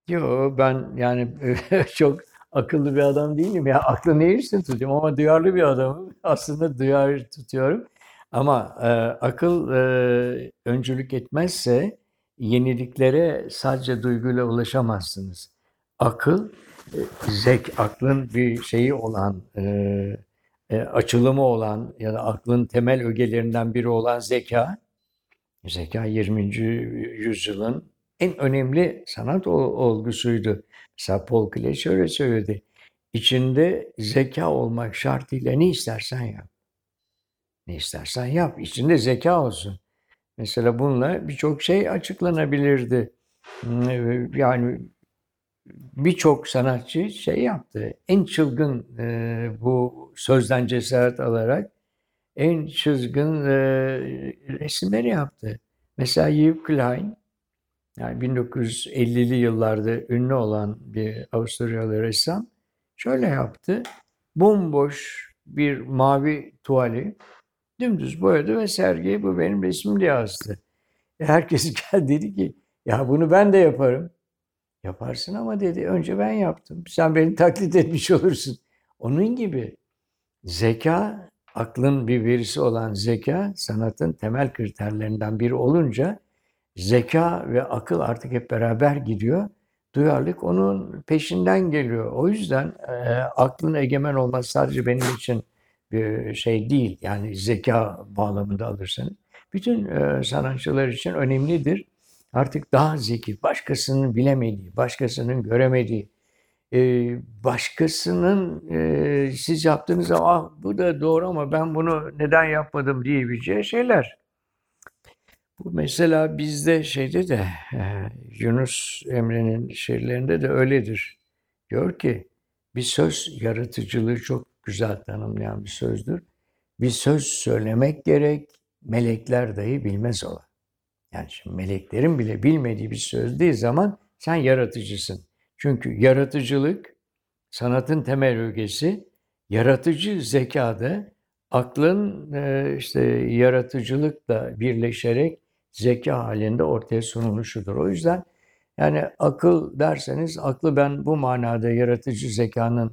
Yo, ben yani çok akıllı bir adam değilim ya. Aklını eğrisini tutuyorum ama duyarlı bir adamım. Aslında duyar tutuyorum. Ama akıl öncülük etmezse yeniliklere sadece duyguyla ulaşamazsınız. Akıl, aklın bir şeyi olan, açılımı olan ya da aklın temel ögelerinden biri olan zeka. Zeka 20. yüzyılın en önemli sanat olgusuydu. Mesela Paul Klee şöyle söyledi. İçinde zeka olmak şartıyla ne istersen yap. Ne istersen yap. İçinde zeka olsun. Mesela bununla birçok şey açıklanabilirdi. Yani birçok sanatçı şey yaptı. En çılgın bu sözden cesaret alarak en çılgın resimleri yaptı. Mesela Yves Klein, yani 1950'li yıllarda ünlü olan bir Avusturyalı ressam şöyle yaptı. Bomboş bir mavi tuvali dümdüz boyadı ve sergiye bu benim resmim diye astı. Herkes geldi dedi ki ya bunu ben de yaparım. Yaparsın ama dedi önce ben yaptım. Sen beni taklit etmiş olursun. Onun gibi zeka, aklın bir verisi olan zeka, sanatın temel kriterlerinden biri olunca zeka ve akıl artık hep beraber gidiyor. Duyarlılık onun peşinden geliyor. O yüzden aklın egemen olması sadece benim için bir şey değil. Yani zeka bağlamında alırsanız. Bütün sanatçılar için önemlidir. Artık daha zeki, başkasının bilemediği, başkasının göremediği, başkasının siz yaptığınız zaman ah, bu da doğru ama ben bunu neden yapmadım diyebileceği şeyler. Bu mesela bizde şeyde de Yunus Emre'nin şiirlerinde de öyledir. Diyor ki bir söz yaratıcılığı çok güzel tanımlayan bir sözdür. Bir söz söylemek gerek, melekler dahi bilmez ola. Yani şimdi meleklerin bile bilmediği bir söz değil zaman sen yaratıcısın. Çünkü yaratıcılık sanatın temel ögesi, yaratıcı zekada aklın işte yaratıcılıkla birleşerek zeka halinde ortaya sunuluşudur. O yüzden yani akıl derseniz aklı ben bu manada yaratıcı zekanın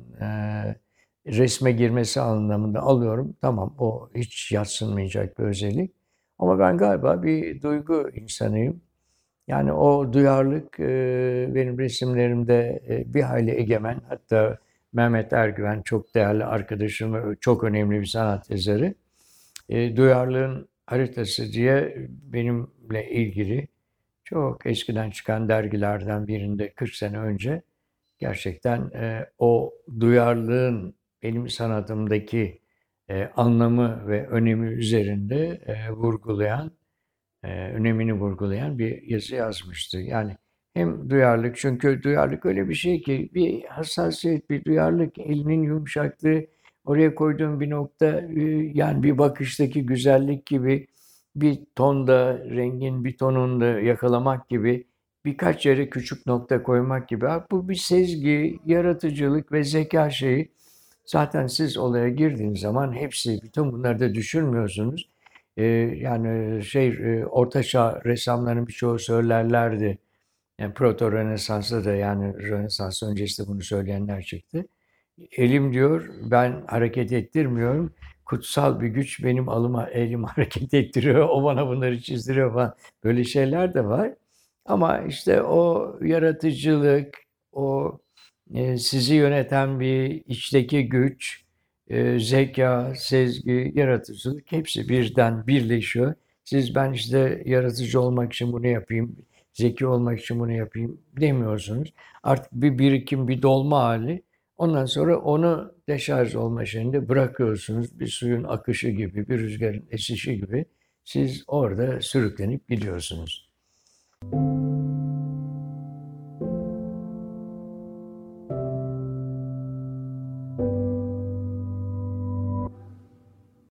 resme girmesi anlamında alıyorum. Tamam o hiç yadsınmayacak bir özellik. Ama ben galiba bir duygu insanıyım. Yani o duyarlılık benim resimlerimde bir hayli egemen. Hatta Mehmet Ergüven çok değerli arkadaşım ve çok önemli bir sanat yazarı. Duyarlılığın haritası diye benimle ilgili çok eskiden çıkan dergilerden birinde 40 sene önce gerçekten o duyarlılığın benim sanatımdaki anlamı ve önemi üzerinde vurgulayan önemini vurgulayan bir yazı yazmıştı. Yani hem duyarlılık çünkü duyarlılık öyle bir şey ki bir hassasiyet, bir duyarlılık, elinin yumuşaklığı, oraya koyduğum bir nokta yani bir bakıştaki güzellik gibi bir tonda, rengin bir tonunda yakalamak gibi birkaç yere küçük nokta koymak gibi. Bu bir sezgi, yaratıcılık ve zeka şeyi. Zaten siz olaya girdiğiniz zaman hepsi, bütün bunları da düşünmüyorsunuz. Yani Orta Çağ ressamların birçoğu söylerlerdi. Yani Proto Rönesans'ta da yani Rönesans öncesinde bunu söyleyenler çıktı. Elim diyor ben hareket ettirmiyorum. Kutsal bir güç benim elim hareket ettiriyor. O bana bunları çizdiriyor falan. Böyle şeyler de var. Ama işte o yaratıcılık, o sizi yöneten bir içteki güç, zeka, sezgi, yaratıcılık hepsi birden birleşiyor. Siz ben işte yaratıcı olmak için bunu yapayım, zeki olmak için bunu yapayım demiyorsunuz. Artık bir birikim, bir dolma hali. Ondan sonra onu deşarj olma şeyinde bırakıyorsunuz. Bir suyun akışı gibi, bir rüzgarın esişi gibi. Siz orada sürüklenip gidiyorsunuz.